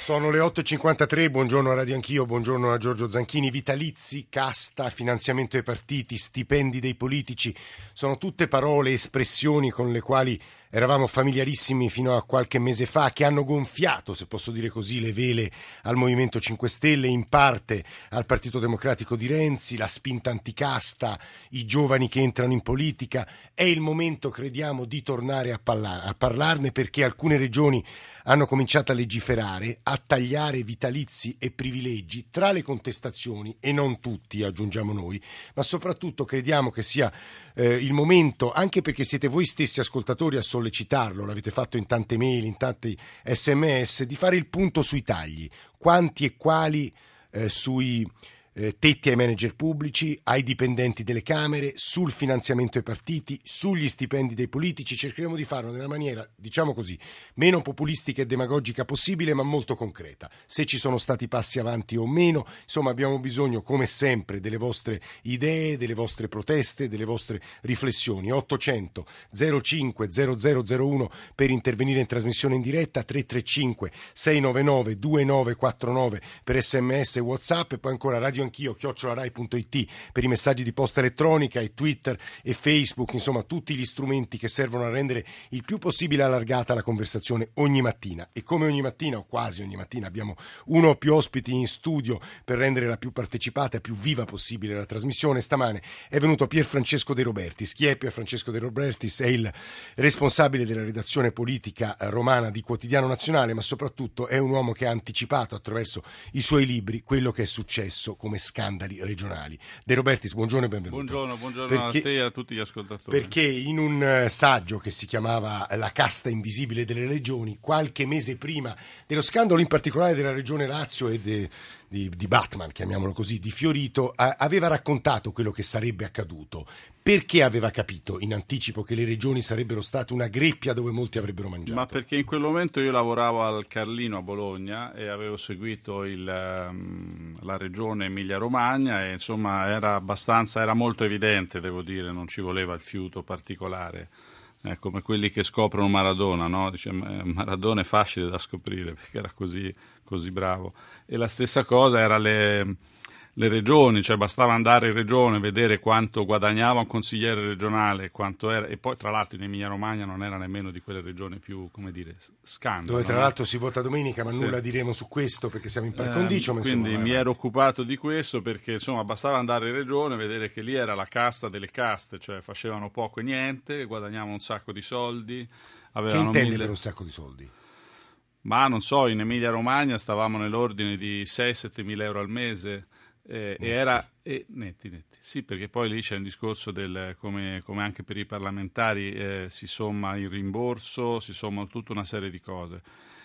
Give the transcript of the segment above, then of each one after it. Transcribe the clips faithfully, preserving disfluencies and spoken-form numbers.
Sono le otto e cinquantatré, buongiorno a Radio Anch'io, buongiorno a Giorgio Zanchini. Vitalizi, casta, finanziamento ai partiti, stipendi dei politici, sono tutte parole, espressioni con le quali eravamo familiarissimi fino a qualche mese fa, che hanno gonfiato, se posso dire così, le vele al Movimento cinque Stelle, in parte al Partito Democratico di Renzi, la spinta anticasta, i giovani che entrano in politica. È il momento, crediamo, di tornare a, parla- a parlarne, perché alcune regioni hanno cominciato a legiferare, a tagliare vitalizi e privilegi tra le contestazioni, e non tutti, aggiungiamo noi, ma soprattutto crediamo che sia eh, il momento, anche perché siete voi stessi ascoltatori a sollecitarlo, l'avete fatto in tante mail, in tanti sms, di fare il punto sui tagli, quanti e quali eh, sui eh, tetti ai manager pubblici, ai dipendenti delle Camere, sul finanziamento ai partiti, sugli stipendi dei politici. Cercheremo di farlo nella maniera, diciamo così, meno populistica e demagogica possibile, ma molto concreta. Se ci sono stati passi avanti o meno, insomma abbiamo bisogno, come sempre, delle vostre idee, delle vostre proteste, delle vostre riflessioni. ottocento zero cinque zero zero zero uno per intervenire in trasmissione in diretta, tre tre cinque sei nove nove due nove quattro nove per sms e WhatsApp, e poi ancora Radio Anch'io chiocciola rai punto it per i messaggi di posta elettronica, e Twitter e Facebook, insomma tutti gli strumenti che servono a rendere il più possibile allargata la conversazione ogni mattina. E come ogni mattina, o quasi ogni mattina, abbiamo uno o più ospiti in studio per rendere la più partecipata e più viva possibile la trasmissione. Stamane è venuto Pier Francesco De Robertis. Chi è Pier Francesco De Robertis? È il responsabile della redazione politica romana di Quotidiano Nazionale, ma soprattutto è un uomo che ha anticipato attraverso i suoi libri quello che è successo come scandali regionali. De Robertis, buongiorno e benvenuto. Buongiorno, buongiorno perché, a te e a tutti gli ascoltatori. Perché in un saggio che si chiamava La casta invisibile delle regioni, qualche mese prima dello scandalo, in particolare della regione Lazio e de, di, di Batman, chiamiamolo così, di Fiorito, a, aveva raccontato quello che sarebbe accaduto. Perché aveva capito in anticipo che le regioni sarebbero state una greppia dove molti avrebbero mangiato? Ma perché in quel momento io lavoravo al Carlino a Bologna e avevo seguito il, um, la regione Emilia-Romagna, e insomma era abbastanza, era molto evidente, devo dire, non ci voleva il fiuto particolare. Eh, come quelli che scoprono Maradona, no? Dice, Maradona è facile da scoprire perché era così, così bravo. E la stessa cosa era le... le regioni, cioè bastava andare in regione, vedere quanto guadagnava un consigliere regionale, quanto era, e poi tra l'altro in Emilia Romagna non era nemmeno di quelle regioni più, come dire, scandalo. Dove tra no? l'altro si vota domenica, ma sì. nulla diremo su questo perché siamo in par condicio. Eh, quindi mi ero occupato di questo perché insomma bastava andare in regione, vedere che lì era la casta delle caste, cioè facevano poco e niente, guadagnavano un sacco di soldi. Che intende mille... per un sacco di soldi? Ma non so, in Emilia Romagna stavamo nell'ordine di sei sette mila euro al mese. Eh, e era eh, netti, netti, sì, perché poi lì c'è un discorso del come, come anche per i parlamentari eh, si somma il rimborso, si somma tutta una serie di cose,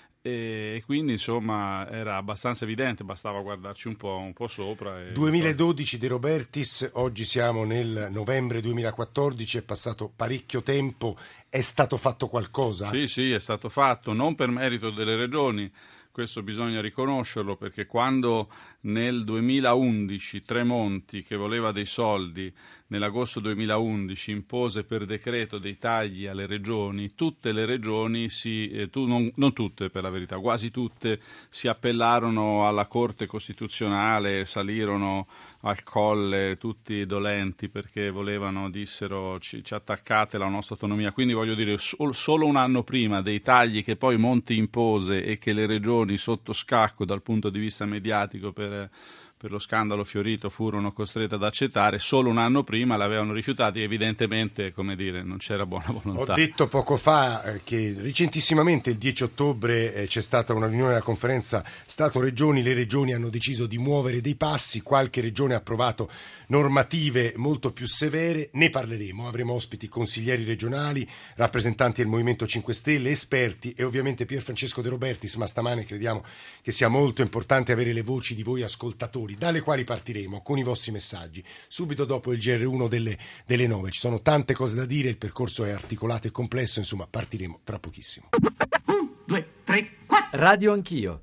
e quindi insomma era abbastanza evidente, bastava guardarci un po', un po' sopra. E duemiladodici De Robertis, oggi siamo nel novembre duemilaquattordici, è passato parecchio tempo, è stato fatto qualcosa? Sì, sì, è stato fatto, non per merito delle regioni. Questo bisogna riconoscerlo, perché quando nel duemilaundici Tremonti, che voleva dei soldi, nell'agosto duemilaundici impose per decreto dei tagli alle regioni, tutte le regioni, si, eh, tu, non, non tutte per la verità, quasi tutte, si appellarono alla Corte Costituzionale, salirono al colle tutti dolenti perché volevano, dissero ci, ci attaccate la nostra autonomia. Quindi voglio dire, sol, solo un anno prima dei tagli che poi Monti impose e che le regioni sotto scacco dal punto di vista mediatico per, per lo scandalo Fiorito furono costrette ad accettare, solo un anno prima l'avevano rifiutati, evidentemente, come dire, non c'era buona volontà. Ho detto poco fa eh, che recentissimamente, il dieci ottobre, eh, c'è stata una riunione della conferenza Stato-Regioni, le regioni hanno deciso di muovere dei passi, qualche regione ha approvato normative molto più severe, ne parleremo, avremo ospiti consiglieri regionali, rappresentanti del Movimento cinque Stelle, esperti e ovviamente Pier Francesco De Robertis, ma stamane crediamo che sia molto importante avere le voci di voi ascoltatori, dalle quali partiremo con i vostri messaggi, subito dopo il G R uno delle, delle nove. Ci sono tante cose da dire, il percorso è articolato e complesso, insomma partiremo tra pochissimo. Un, due, tre, quattro. Radio Anch'io.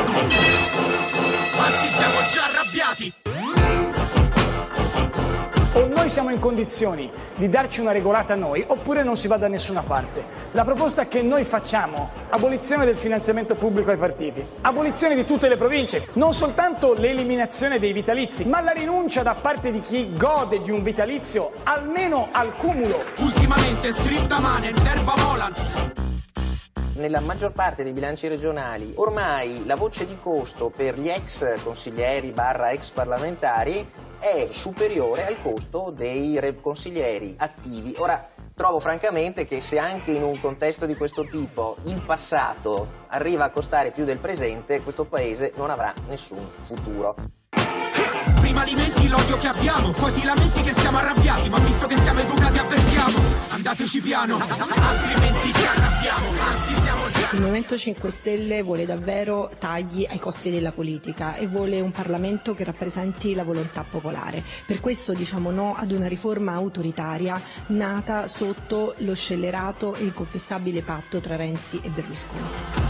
Anzi, siamo già arrabbiati. O noi siamo in condizioni di darci una regolata a noi, oppure non si va da nessuna parte. La proposta che noi facciamo: abolizione del finanziamento pubblico ai partiti, abolizione di tutte le province, non soltanto l'eliminazione dei vitalizi, ma la rinuncia da parte di chi gode di un vitalizio almeno al cumulo. Ultimamente scripta manen, verba volan. Nella maggior parte dei bilanci regionali ormai la voce di costo per gli ex consiglieri barra ex parlamentari è superiore al costo dei consiglieri attivi. Ora, trovo francamente che se anche in un contesto di questo tipo il passato arriva a costare più del presente, questo paese non avrà nessun futuro. Prima alimenti l'odio che abbiamo, poi ti lamenti che siamo arrabbiati, ma visto che siamo educati avvertiamo, andateci piano, altrimenti ci arrabbiamo, anzi siamo già... Il Movimento cinque Stelle vuole davvero tagli ai costi della politica e vuole un Parlamento che rappresenti la volontà popolare. Per questo diciamo no ad una riforma autoritaria nata sotto lo scellerato e inconfessabile patto tra Renzi e Berlusconi.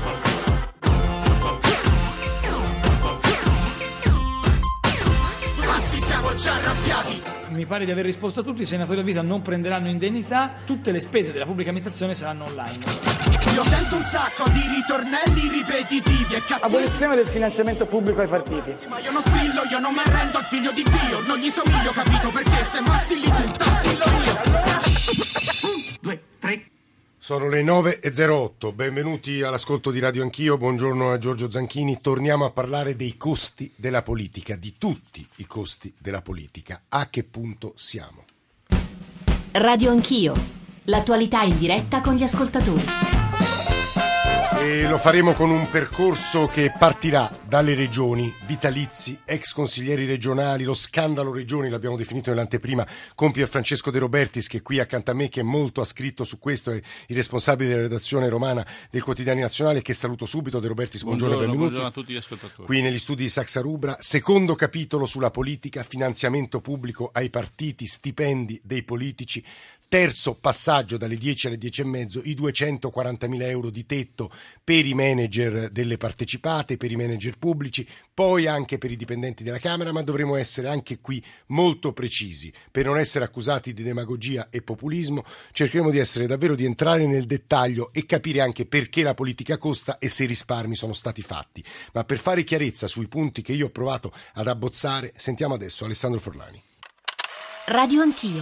Già arrabbiati. Mi pare di aver risposto a tutti. I senatori a vita non prenderanno indennità, tutte le spese della pubblica amministrazione saranno online. Io sento un sacco di ritornelli ripetitivi e cattivi. Abolizione del finanziamento pubblico ai partiti. Ma io non strillo, io non mi arrendo al figlio di Dio, non gli somiglio, capito? Perché se massi lì tu, tassillo io. Allora... Un, due, tre. Sono le nove e zero otto, benvenuti all'ascolto di Radio Anch'io, buongiorno a Giorgio Zanchini. Torniamo a parlare dei costi della politica, di tutti i costi della politica. A che punto siamo? Radio Anch'io, l'attualità in diretta con gli ascoltatori. E lo faremo con un percorso che partirà dalle regioni, vitalizi, ex consiglieri regionali, lo scandalo regioni, l'abbiamo definito nell'anteprima, con Pier Francesco De Robertis, che è qui accanto a me, che molto ha scritto su questo, è il responsabile della redazione romana del Quotidiano Nazionale, che saluto subito. De Robertis, buongiorno, buongiorno, benvenuti. Buongiorno a tutti gli ascoltatori. Qui negli studi di Saxa Rubra, secondo capitolo sulla politica, finanziamento pubblico ai partiti, stipendi dei politici. Terzo passaggio dalle dieci alle dieci e mezzo, i duecentoquarantamila euro di tetto per i manager delle partecipate, per i manager pubblici, poi anche per i dipendenti della Camera, ma dovremo essere anche qui molto precisi per non essere accusati di demagogia e populismo. Cercheremo di essere davvero, di entrare nel dettaglio e capire anche perché la politica costa e se i risparmi sono stati fatti. Ma per fare chiarezza sui punti che io ho provato ad abbozzare, sentiamo adesso Alessandro Forlani. Radio Anch'io.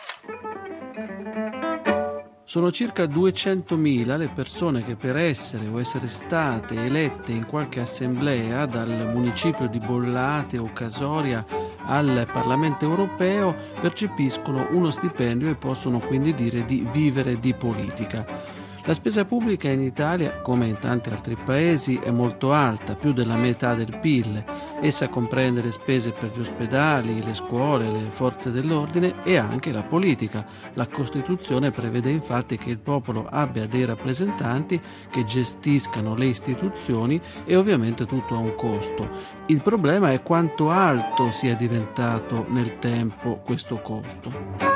Sono circa duecentomila le persone che per essere o essere state elette in qualche assemblea, dal municipio di Bollate o Casoria al Parlamento europeo, percepiscono uno stipendio e possono quindi dire di vivere di politica. La spesa pubblica in Italia, come in tanti altri paesi, è molto alta, più della metà del P I L. Essa comprende le spese per gli ospedali, le scuole, le forze dell'ordine e anche la politica. La Costituzione prevede infatti che il popolo abbia dei rappresentanti che gestiscano le istituzioni e ovviamente tutto ha un costo. Il problema è quanto alto sia diventato nel tempo questo costo.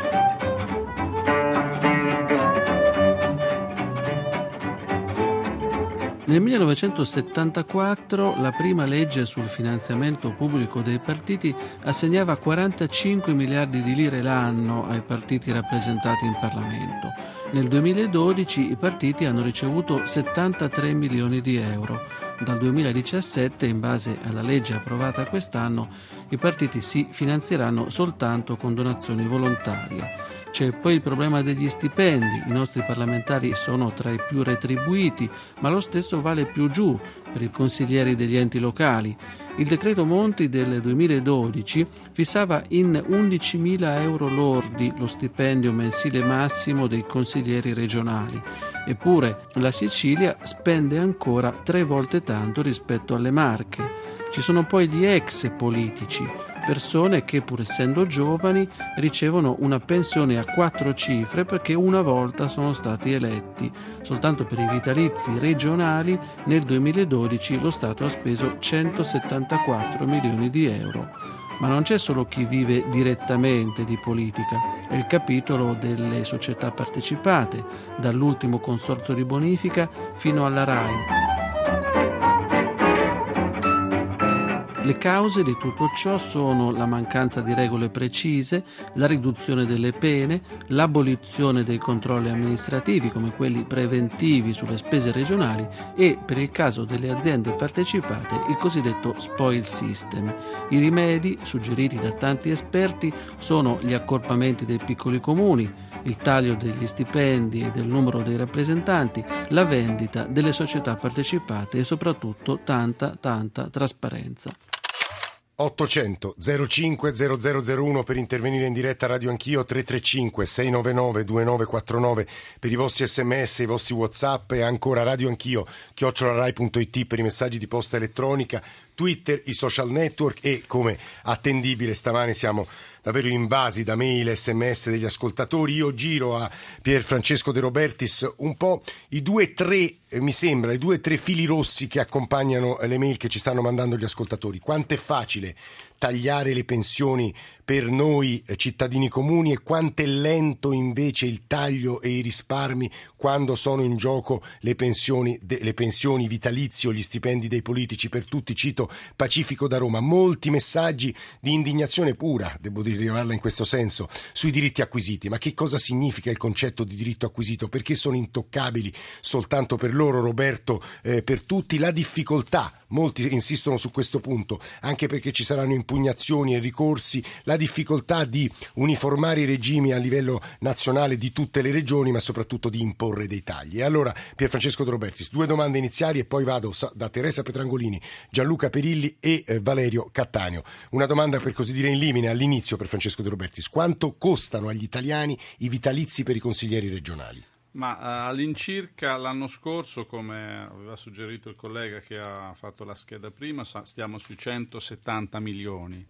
Nel millenovecentosettantaquattro la prima legge sul finanziamento pubblico dei partiti assegnava quarantacinque miliardi di lire l'anno ai partiti rappresentati in Parlamento. Nel duemiladodici i partiti hanno ricevuto settantatré milioni di euro. Dal duemiladiciassette, in base alla legge approvata quest'anno, i partiti si finanzieranno soltanto con donazioni volontarie. C'è poi il problema degli stipendi. I nostri parlamentari sono tra i più retribuiti, ma lo stesso vale più giù per i consiglieri degli enti locali. Il decreto Monti del duemiladodici fissava in undicimila euro lordi lo stipendio mensile massimo dei consiglieri regionali. Eppure la Sicilia spende ancora tre volte tanto rispetto alle Marche. Ci sono poi gli ex politici, persone che pur essendo giovani ricevono una pensione a quattro cifre perché una volta sono stati eletti. Soltanto per i vitalizi regionali nel duemiladodici lo Stato ha speso centosettantaquattro milioni di euro. Ma non c'è solo chi vive direttamente di politica, è il capitolo delle società partecipate, dall'ultimo consorzio di bonifica fino alla RAI. Le cause di tutto ciò sono la mancanza di regole precise, la riduzione delle pene, l'abolizione dei controlli amministrativi come quelli preventivi sulle spese regionali e, per il caso delle aziende partecipate, il cosiddetto spoil system. I rimedi, suggeriti da tanti esperti, sono gli accorpamenti dei piccoli comuni, il taglio degli stipendi e del numero dei rappresentanti, la vendita delle società partecipate e soprattutto tanta, tanta trasparenza. ottocento zero cinque zero zero zero uno per intervenire in diretta Radio Anch'io, tre tre cinque sei nove nove due nove quattro nove per i vostri sms, i vostri WhatsApp e ancora Radio Anch'io chiocciola rai punto it per i messaggi di posta elettronica, Twitter, i social network e, come attendibile, stamane siamo davvero invasi da mail, sms degli ascoltatori. Io giro a Pier Francesco De Robertis un po' i due tre, eh, mi sembra, i due tre fili rossi che accompagnano le mail che ci stanno mandando gli ascoltatori. Quanto è facile tagliare le pensioni per noi eh, cittadini comuni e quanto è lento invece il taglio e i risparmi quando sono in gioco le pensioni, de, le pensioni vitalizi o gli stipendi dei politici. Per tutti cito Pacifico da Roma. Molti messaggi di indignazione pura, devo dire rilevarla in questo senso, sui diritti acquisiti. Ma che cosa significa il concetto di diritto acquisito? Perché sono intoccabili soltanto per loro, Roberto, eh, per tutti? La difficoltà, molti insistono su questo punto, anche perché ci saranno impugnazioni e ricorsi, la difficoltà di uniformare i regimi a livello nazionale di tutte le regioni, ma soprattutto di imporre dei tagli. E allora, Pier Francesco De Robertis, due domande iniziali e poi vado da Teresa Petrangolini, Gianluca Perilli e eh, Valerio Cattaneo. Una domanda per così dire in limine all'inizio per Francesco De Robertis: quanto costano agli italiani i vitalizi per i consiglieri regionali? Ma uh, all'incirca l'anno scorso, come aveva suggerito il collega che ha fatto la scheda prima, stiamo sui centosettanta milioni,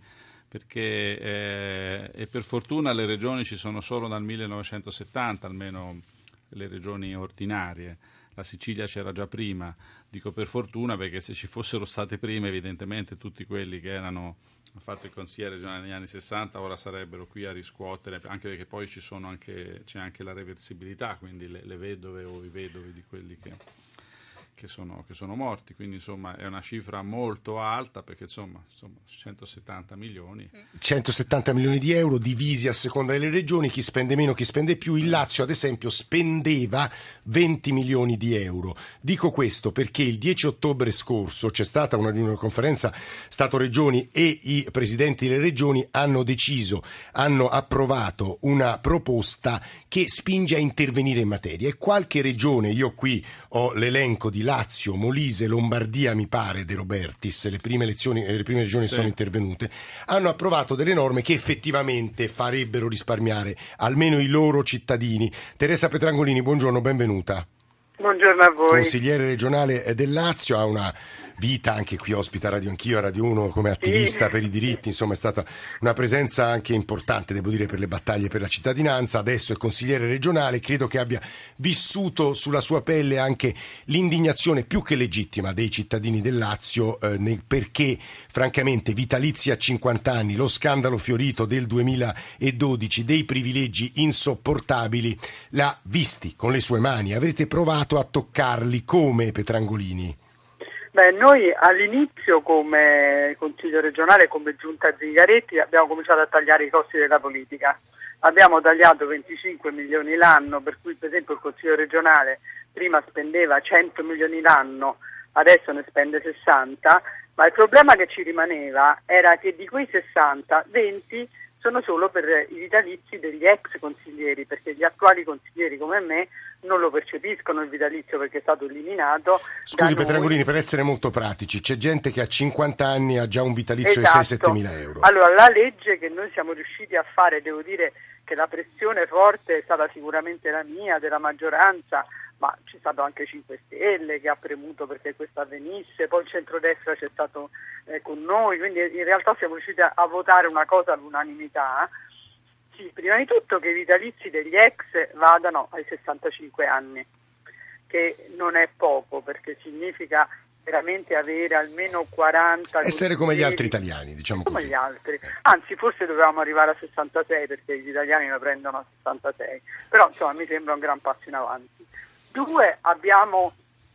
perché eh, e per fortuna le regioni ci sono solo dal millenovecentosettanta, almeno le regioni ordinarie. La Sicilia c'era già prima, dico per fortuna perché se ci fossero state prima evidentemente tutti quelli che erano hanno fatto il consigliere regionale negli anni sessanta ora sarebbero qui a riscuotere, anche perché poi ci sono anche, c'è anche la reversibilità, quindi le, le vedove o i vedovi di quelli che, che, sono, che sono morti, quindi insomma è una cifra molto alta, perché insomma, insomma centosettanta milioni centosettanta milioni di euro divisi a seconda delle regioni, chi spende meno, chi spende più. Il Lazio ad esempio spendeva venti milioni di euro. Dico questo perché il dieci ottobre scorso c'è stata una, una conferenza Stato-Regioni e i presidenti delle regioni hanno deciso, hanno approvato una proposta che spinge a intervenire in materia, e qualche regione, io qui ho l'elenco di Lazio, Molise, Lombardia, mi pare, De Robertis, le prime, elezioni, le prime regioni sì. sono intervenute, hanno approvato delle norme che effettivamente farebbero risparmiare almeno i loro cittadini. Teresa Petrangolini, buongiorno, benvenuta. Buongiorno a voi. Consigliere regionale del Lazio, ha una vita, anche qui ospita Radio Anch'io, Radio uno come attivista sì. per i diritti, insomma è stata una presenza anche importante, devo dire, per le battaglie per la cittadinanza. Adesso è consigliere regionale, credo che abbia vissuto sulla sua pelle anche l'indignazione più che legittima dei cittadini del Lazio, eh, perché francamente vitalizi a cinquanta anni, lo scandalo fiorito del duemiladodici dei privilegi insopportabili, l'ha visti con le sue mani. Avrete provato a toccarli come, Petrangolini? Beh, noi all'inizio come Consiglio regionale, come Giunta Zingaretti, abbiamo cominciato a tagliare i costi della politica. Abbiamo tagliato venticinque milioni l'anno, per cui per esempio il Consiglio regionale prima spendeva cento milioni l'anno, adesso ne spende sessanta, ma il problema che ci rimaneva era che di quei sessanta, venti sono solo per i vitalizi degli ex consiglieri, perché gli attuali consiglieri come me non lo percepiscono il vitalizio perché è stato eliminato. Scusi Petrangolini, per essere molto pratici, c'è gente che a cinquanta anni ha già un vitalizio esatto. di sei sette mila euro. Allora, la legge che noi siamo riusciti a fare, devo dire che la pressione forte è stata sicuramente la mia, della maggioranza, ma c'è stato anche cinque Stelle che ha premuto perché questo avvenisse, poi il centrodestra c'è stato eh, con noi, quindi in realtà siamo riusciti a, a votare una cosa all'unanimità. Sì, prima di tutto che i vitalizi degli ex vadano ai sessantacinque anni, che non è poco, perché significa veramente avere almeno quaranta... Essere come gli altri italiani, diciamo come così. Come gli altri. Anzi, forse dovevamo arrivare a sessantasei, perché gli italiani la prendono a sessantasei. Però, insomma, mi sembra un gran passo in avanti. Due, abbiamo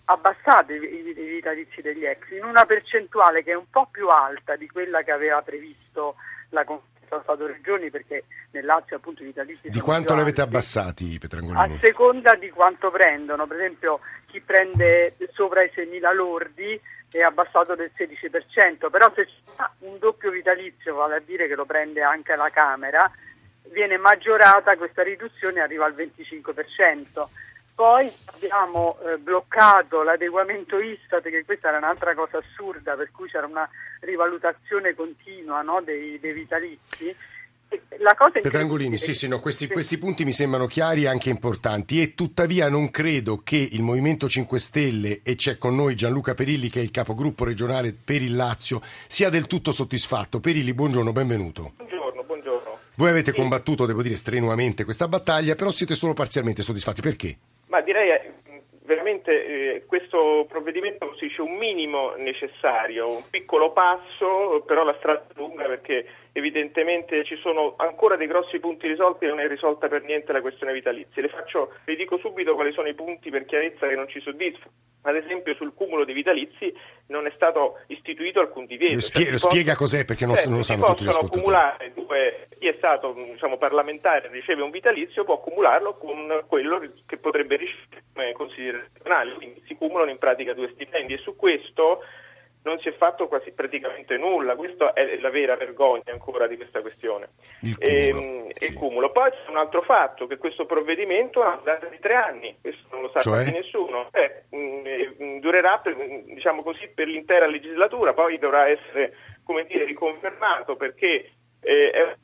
abbassate i, i vitalizi degli ex in una percentuale che è un po' più alta di quella che aveva previsto la Conferenza Stato-Regioni, perché nel Lazio appunto i vitalizi di quanto li avete abbassati, Petrangolini? A seconda di quanto prendono. Per esempio chi prende sopra i seimila lordi è abbassato del sedici per cento, però se c'è un doppio vitalizio, vale a dire che lo prende anche la Camera, viene maggiorata questa riduzione e arriva al venticinque per cento. Poi abbiamo eh, bloccato l'adeguamento Istat, che questa era un'altra cosa assurda, per cui c'era una rivalutazione continua, no, dei, dei vitalizi. La cosa Petrangolini, sì, sì, no, questi, questi punti mi sembrano chiari e anche importanti, e tuttavia non credo che il Movimento cinque Stelle, e c'è con noi Gianluca Perilli che è il capogruppo regionale per il Lazio, sia del tutto soddisfatto. Perilli, buongiorno, benvenuto. Buongiorno, buongiorno. Voi avete sì. combattuto, devo dire, strenuamente questa battaglia, però siete solo parzialmente soddisfatti. Perché? Ma direi veramente eh, questo provvedimento costituisce un minimo necessario, un piccolo passo, però la strada è lunga, perché evidentemente ci sono ancora dei grossi punti risolti e non è risolta per niente la questione vitalizi. Le faccio, vi dico subito quali sono i punti per chiarezza che non ci soddisfano. Ad esempio sul cumulo dei vitalizi non è stato istituito alcun divieto. Spie- cioè, spiega possono, cos'è, perché non, certo, non lo sanno tutti gli ascoltatori. Cumulare due, chi è stato diciamo, parlamentare e riceve un vitalizio può accumularlo con quello che potrebbe ricevere come consigliere regionale, quindi si cumulano in pratica due stipendi, e su questo non si è fatto quasi praticamente nulla. Questa è la vera vergogna ancora di questa questione. Il cumulo, e, sì. il cumulo. Poi c'è un altro fatto, che questo provvedimento ha una durata di tre anni, questo non lo sa cioè? quasi nessuno, eh, mh, durerà per, diciamo così, per l'intera legislatura, poi dovrà essere, come dire, riconfermato, perché eh, è,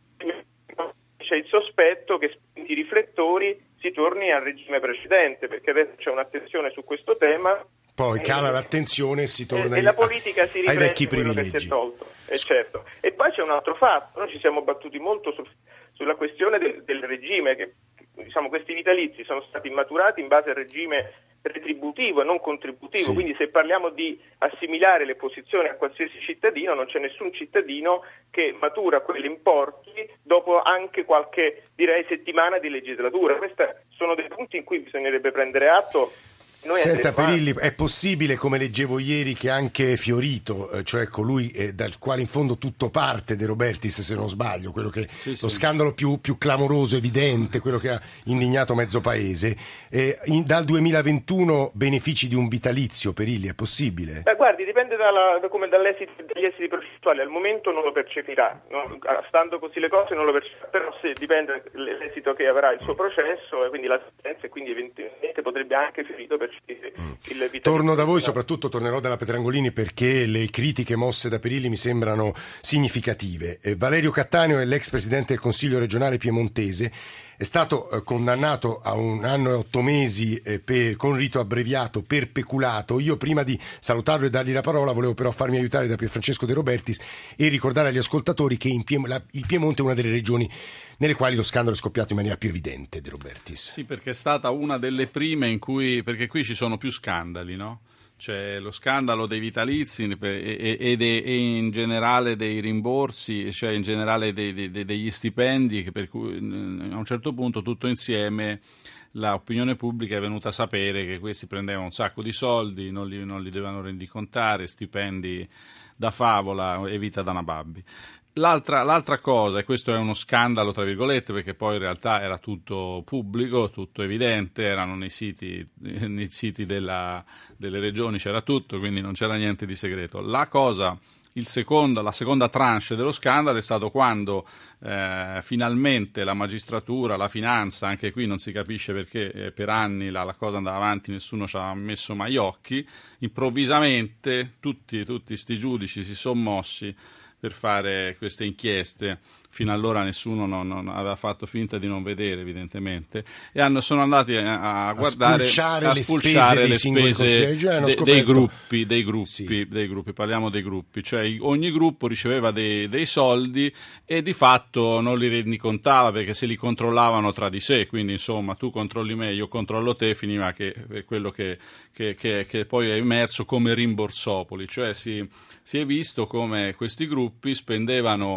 c'è il sospetto che spenti i riflettori si torni al regime precedente, perché adesso c'è un'attenzione su questo tema. Poi cala l'attenzione e si torna e, e la politica si ai vecchi quello privilegi. Che si è tolto. E, certo. E poi c'è un altro fatto, noi ci siamo battuti molto su, sulla questione del, del regime, che diciamo questi vitalizi sono stati maturati in base al regime retributivo e non contributivo, sì. Quindi se parliamo di assimilare le posizioni a qualsiasi cittadino, non c'è nessun cittadino che matura quegli importi dopo anche qualche, direi, settimana di legislatura. Questi sono dei punti in cui bisognerebbe prendere atto. Noi Senta Perilli, è possibile, come leggevo ieri, che anche Fiorito, eh, cioè colui eh, dal quale in fondo tutto parte, De Robertis se non sbaglio, quello che sì, lo sì. scandalo più, più clamoroso, evidente, quello che ha indignato mezzo paese, eh, in, dal duemilaventuno benefici di un vitalizio, Perilli, è possibile? Beh, guardi, dipende dalla, da come dall'esito, dagli esiti processuali. Al momento non lo percepirà, no? Stando così le cose non lo percepirà, però se dipende l'esito che avrà il suo processo, e quindi la sentenza, e quindi eventualmente potrebbe anche Fiorito per Mm. Il Torno da voi, soprattutto tornerò dalla Petrangolini, perché le critiche mosse da Perilli mi sembrano significative. Eh, Valerio Cattaneo è l'ex presidente del Consiglio regionale piemontese, è stato eh, condannato a un anno e otto mesi eh, per, con rito abbreviato per peculato. Io prima di salutarlo e dargli la parola volevo però farmi aiutare da Pierfrancesco De Robertis e ricordare agli ascoltatori che in Piem- la, il Piemonte è una delle regioni nelle quali lo scandalo è scoppiato in maniera più evidente, De Robertis. Sì, perché è stata una delle prime in cui, perché qui ci sono più scandali, no? C'è lo scandalo dei vitalizi e, e, e in generale dei rimborsi, cioè in generale dei, dei, degli stipendi, per cui a un certo punto tutto insieme l'opinione pubblica è venuta a sapere che questi prendevano un sacco di soldi, non li, non li dovevano rendicontare, stipendi da favola e vita da nababbi. L'altra, l'altra cosa, e questo è uno scandalo tra virgolette, perché poi in realtà era tutto pubblico, tutto evidente, erano nei siti, nei siti della, delle regioni, c'era tutto, quindi non c'era niente di segreto. La cosa, il secondo, la seconda tranche dello scandalo è stato quando eh, finalmente la magistratura, la finanza, anche qui non si capisce perché eh, per anni la, la cosa andava avanti, nessuno ci aveva messo mai occhi, improvvisamente tutti, tutti sti giudici si sono mossi per fare queste inchieste. Fino allora nessuno non, non aveva fatto finta di non vedere, evidentemente, e hanno, sono andati a, a guardare, spulciare a le spulciare spese, le dei, spese cioè, de, dei gruppi, dei gruppi, sì. dei gruppi, parliamo dei gruppi, cioè ogni gruppo riceveva dei, dei soldi e di fatto non li rendicontava perché se li controllavano tra di sé, quindi insomma tu controlli me, io controllo te, finiva che è quello che, che, che, che poi è emerso come rimborsopoli, cioè si, si è visto come questi gruppi spendevano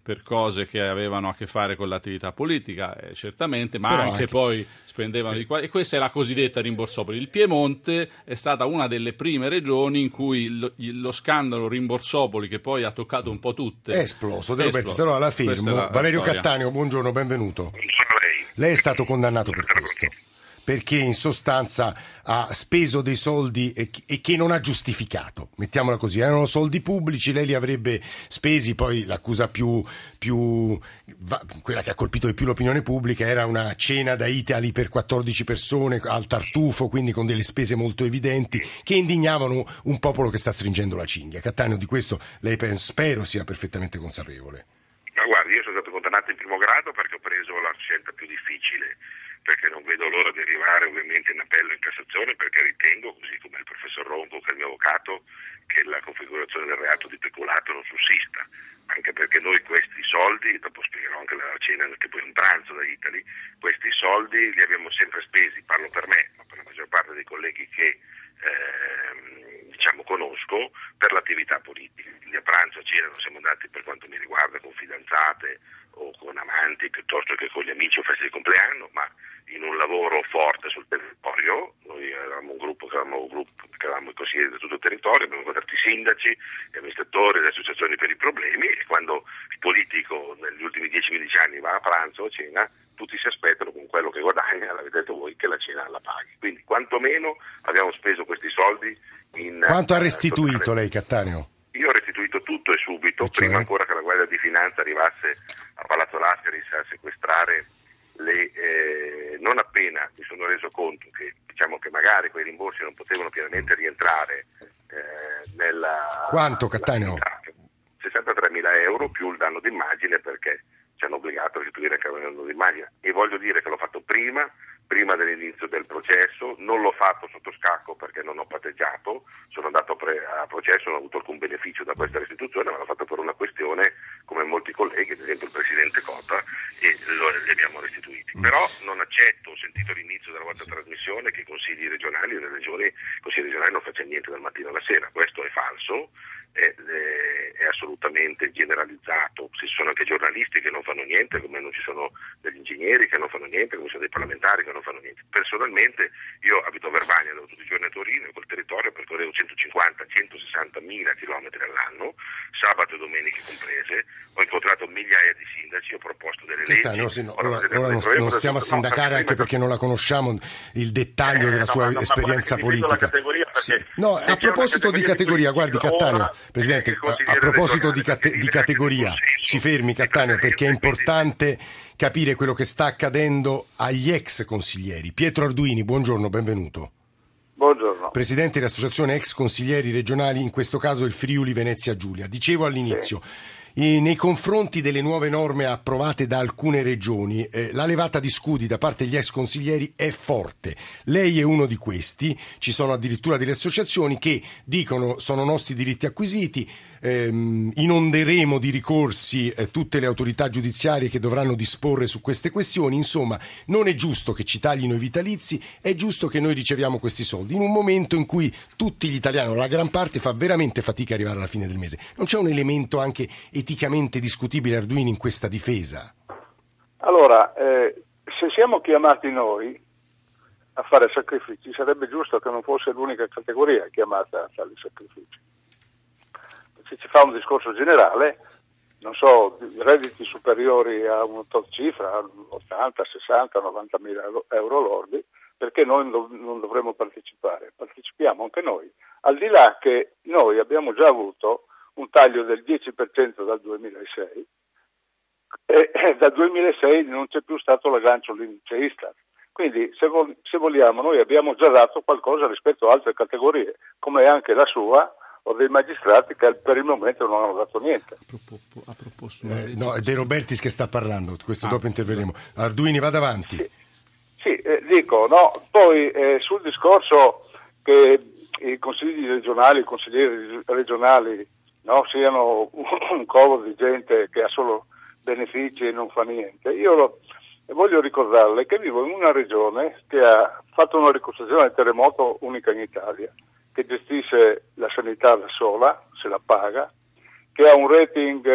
per cose che avevano a che fare con l'attività politica, eh, certamente, ma anche, anche poi spendevano di qua, e questa è la cosiddetta rimborsopoli. Il Piemonte è stata una delle prime regioni in cui lo, lo scandalo rimborsopoli, che poi ha toccato un po' tutte, è esploso. De Robertis, allora la fermo. La, Valerio la Cattaneo, buongiorno, benvenuto. Buongiorno a lei. Lei è stato condannato per questo, perché in sostanza ha speso dei soldi e che non ha giustificato, mettiamola così, erano soldi pubblici, lei li avrebbe spesi. Poi l'accusa più, più quella che ha colpito di più l'opinione pubblica era una cena da Italy per quattordici persone al Tartufo, quindi con delle spese molto evidenti che indignavano un popolo che sta stringendo la cinghia. Cattaneo, di questo lei penso, spero sia perfettamente consapevole. Ma guardi, io sono stato condannato in primo grado perché ho preso la scelta più difficile, perché non vedo l'ora di arrivare ovviamente in appello e in Cassazione, perché ritengo, così come il professor Ronco, che è il mio avvocato, che la configurazione del reato di peculato non sussista, anche perché noi questi soldi, dopo spiegherò anche la cena che poi è un pranzo da Italy, questi soldi li abbiamo sempre spesi, parlo per me, ma per la maggior parte dei colleghi che eh, diciamo conosco, per l'attività politica. Lì a pranzo, a cena non siamo andati, per quanto mi riguarda, con fidanzate o con amanti piuttosto che con gli amici o feste di compleanno, ma in un lavoro forte sul territorio. Noi eravamo un gruppo che eravamo, un gruppo, che eravamo i consiglieri da tutto il territorio, abbiamo incontrato i sindaci, gli amministratori, le associazioni per i problemi, e quando il politico negli ultimi dieci quindici anni va a pranzo o a cena, tutti si aspettano con quello che guadagna, l'avete detto voi, che la cena la paghi. Quindi quantomeno abbiamo speso questi soldi in... Quanto ha restituito eh, lei, Cattaneo? Io ho restituito tutto e subito, e cioè? prima ancora che la Guardia di Finanza arrivasse a Palazzo Lascaris a sequestrare le... Eh, non appena mi sono reso conto che, diciamo, che magari quei rimborsi non potevano pienamente rientrare eh, nella... Quanto, Cattaneo? sessantatremila euro più il danno d'immagine, perché ci hanno obbligato a restituire anche il danno d'immagine, e voglio dire che l'ho fatto prima prima dell'inizio del processo, non l'ho fatto sotto scacco perché non ho patteggiato, sono andato a, pre- a processo, non ho avuto alcun beneficio da questa restituzione, ma l'ho fatto per una questione, come molti colleghi, ad esempio il Presidente Cota, e lo, li abbiamo restituiti. Però non accetto, ho sentito all'inizio della vostra trasmissione che i consigli regionali, le regioni, i consigli regionali non facciano niente dal mattino alla sera, questo è falso. È, è assolutamente generalizzato. Ci sono anche giornalisti che non fanno niente, come non ci sono degli ingegneri che non fanno niente, come ci sono dei parlamentari che non fanno niente. Personalmente io abito a Verbania, andavo tutti i giorni a Torino, e col territorio percorrevo centocinquanta centosessanta mila chilometri all'anno, sabato e domeniche comprese, ho incontrato migliaia di sindaci, ho proposto delle leggi. No, sì, no, ora ora non, non stiamo a sindacare, anche perché non la conosciamo il dettaglio eh, della no, sua no, esperienza politica. Sì. No, a proposito di categoria, guardi Cattaneo, Presidente, a, a proposito di, cate- di categoria, si fermi Cattaneo, perché è importante capire quello che sta accadendo agli ex consiglieri. Pietro Arduini, buongiorno, benvenuto. Buongiorno. Presidente dell'Associazione Ex Consiglieri Regionali, in questo caso il Friuli Venezia Giulia. Dicevo all'inizio, sì. Nei confronti delle nuove norme approvate da alcune regioni, eh, la levata di scudi da parte degli ex consiglieri è forte. Lei è uno di questi, ci sono addirittura delle associazioni che dicono sono nostri diritti acquisiti, ehm, inonderemo di ricorsi eh, tutte le autorità giudiziarie che dovranno disporre su queste questioni. Insomma, non è giusto che ci taglino i vitalizi, è giusto che noi riceviamo questi soldi in un momento in cui tutti gli italiani, la gran parte, fa veramente fatica a arrivare alla fine del mese. Non c'è un elemento anche eticamente discutibile, Arduini, in questa difesa? Allora, eh, se siamo chiamati noi a fare sacrifici, sarebbe giusto che non fosse l'unica categoria chiamata a fare i sacrifici. Se ci fa un discorso generale, non so, redditi superiori a una tot cifra, ottanta, sessanta, novanta mila euro lordi, perché noi non dovremmo partecipare? Partecipiamo anche noi, al di là che noi abbiamo già avuto un taglio del dieci per cento dal duemilasei, e dal duemilasei non c'è più stato l'aggancio all'indice Istat. Quindi se, vol- se vogliamo noi abbiamo già dato qualcosa rispetto a altre categorie, come anche la sua o dei magistrati che per il momento non hanno dato niente. A proposito, eh, no, è De Robertis che sta parlando, questo ah, dopo interverremo. Arduini, vada avanti. Sì, sì eh, dico, no, poi eh, sul discorso che i consigli regionali, i consiglieri regionali no, siano un covo di gente che ha solo benefici e non fa niente. Io lo, voglio ricordarle che vivo in una regione che ha fatto una ricostruzione del terremoto unica in Italia, che gestisce la sanità da sola, se la paga, che ha un rating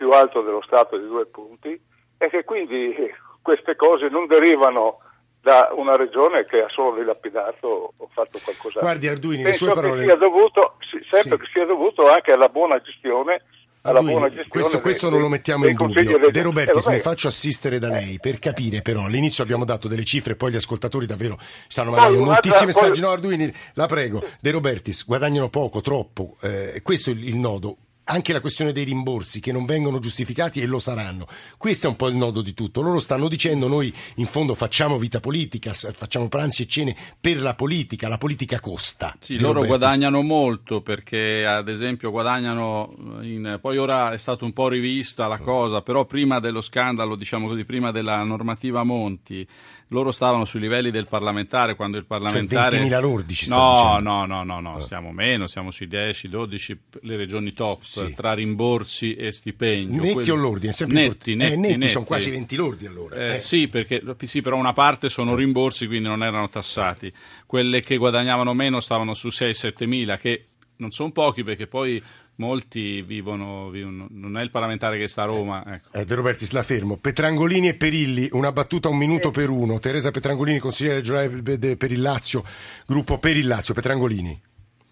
più alto dello Stato di due punti, e che quindi queste cose non derivano da una regione che ha solo dilapidato o fatto qualcos'altro. Guardi Arduini, Penso le sue parole... che sia dovuto, sempre sì. che sia dovuto anche alla buona gestione. Alla Arduini, buona gestione questo, dei, questo non lo mettiamo in dubbio. Dei... De Robertis, eh, mi faccio assistere da lei per capire, però all'inizio abbiamo dato delle cifre, poi gli ascoltatori davvero stanno mandando no, moltissimi messaggi. No, Arduini, la prego, De Robertis, guadagnano poco, troppo, eh, questo è il, il nodo. Anche la questione dei rimborsi che non vengono giustificati e lo saranno. Questo è un po' il nodo di tutto. Loro stanno dicendo: noi in fondo facciamo vita politica, facciamo pranzi e cene per la politica, la politica costa. Sì, loro guadagnano molto perché ad esempio guadagnano, in, poi ora è stato un po' rivista la cosa, però prima dello scandalo, diciamo così, prima della normativa Monti, loro stavano sui livelli del parlamentare, quando il parlamentare... Cioè ventimila lordi ci no, stanno no, no, no, no, stiamo meno, siamo sui dieci, dodici, le regioni top, sì. tra rimborsi e stipendio. Netti quelli... o lordi? È sempre netti, netti, eh, netti, netti. Sono quasi venti lordi allora. Eh, eh. Sì, perché sì, però una parte sono rimborsi, quindi non erano tassati. Quelle che guadagnavano meno stavano su sei sette mila, che non sono pochi perché poi... molti vivono, vivono, non è il parlamentare che sta a Roma. Ecco. Eh, De Robertis, la fermo. Petrangolini e Perilli, una battuta un minuto eh. per uno. Teresa Petrangolini, consigliere regionale per il Lazio, gruppo per il Lazio. Petrangolini.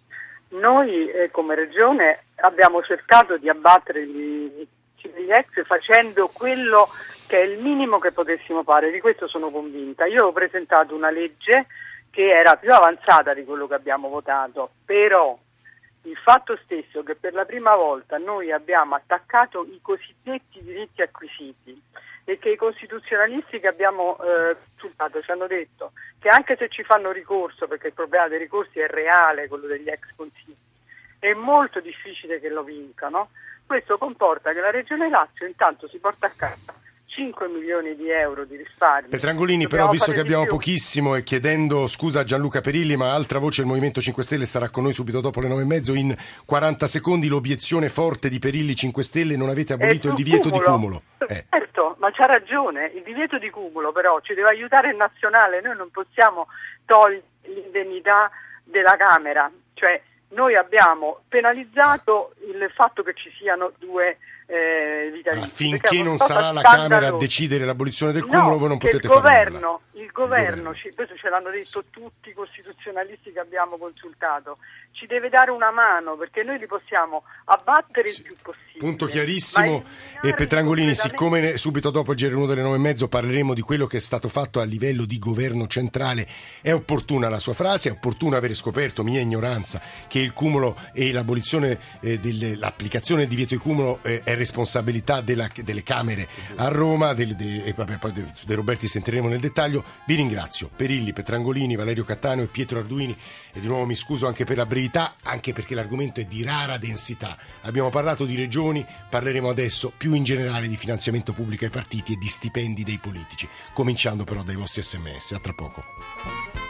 Noi eh, come regione abbiamo cercato di abbattere gli, gli ex facendo quello che è il minimo che potessimo fare, di questo sono convinta. Io ho presentato una legge che era più avanzata di quello che abbiamo votato, però il fatto stesso che per la prima volta noi abbiamo attaccato i cosiddetti diritti acquisiti e che i costituzionalisti che abbiamo eh, consultato ci hanno detto che anche se ci fanno ricorso, perché il problema dei ricorsi è reale, quello degli ex consigli, è molto difficile che lo vincano, questo comporta che la Regione Lazio intanto si porta a casa cinque milioni di euro di risparmio. Petrangolini, Dobbiamo però visto che abbiamo più. pochissimo e chiedendo scusa a Gianluca Perilli, ma altra voce del Movimento cinque Stelle sarà con noi subito dopo le nove e mezzo, in quaranta secondi l'obiezione forte di Perilli cinque Stelle: non avete abolito il divieto cumulo. di cumulo. Eh. Certo, ma c'ha ragione, il divieto di cumulo però ci deve aiutare il nazionale, noi non possiamo togliere l'indennità della Camera, cioè noi abbiamo penalizzato il fatto che ci siano due eh, vitalizi. Ah, finché non sarà la Camera a decidere l'abolizione del cumulo, no, voi non potete il governo, fare nulla. Il governo, ci, questo ce l'hanno detto tutti i costituzionalisti che abbiamo consultato, ci deve dare una mano perché noi li possiamo abbattere sì. il più possibile. Punto chiarissimo. E Petrangolini, siccome subito dopo il G R uno delle nove e mezzo parleremo di quello che è stato fatto a livello di governo centrale, è opportuna la sua frase, è opportuno avere scoperto, mia ignoranza, che il cumulo e l'abolizione eh, dell'applicazione del divieto di cumulo eh, è responsabilità della, delle Camere a Roma, del, de, e vabbè, poi De, De Roberti sentiremo nel dettaglio. Vi ringrazio. Perilli, Petrangolini, Valerio Cattaneo e Pietro Arduini, e di nuovo mi scuso anche per la brevità, anche perché l'argomento è di rara densità. Abbiamo parlato di regioni, parleremo adesso più in generale di finanziamento pubblico ai partiti e di stipendi dei politici, cominciando però dai vostri sms. A tra poco.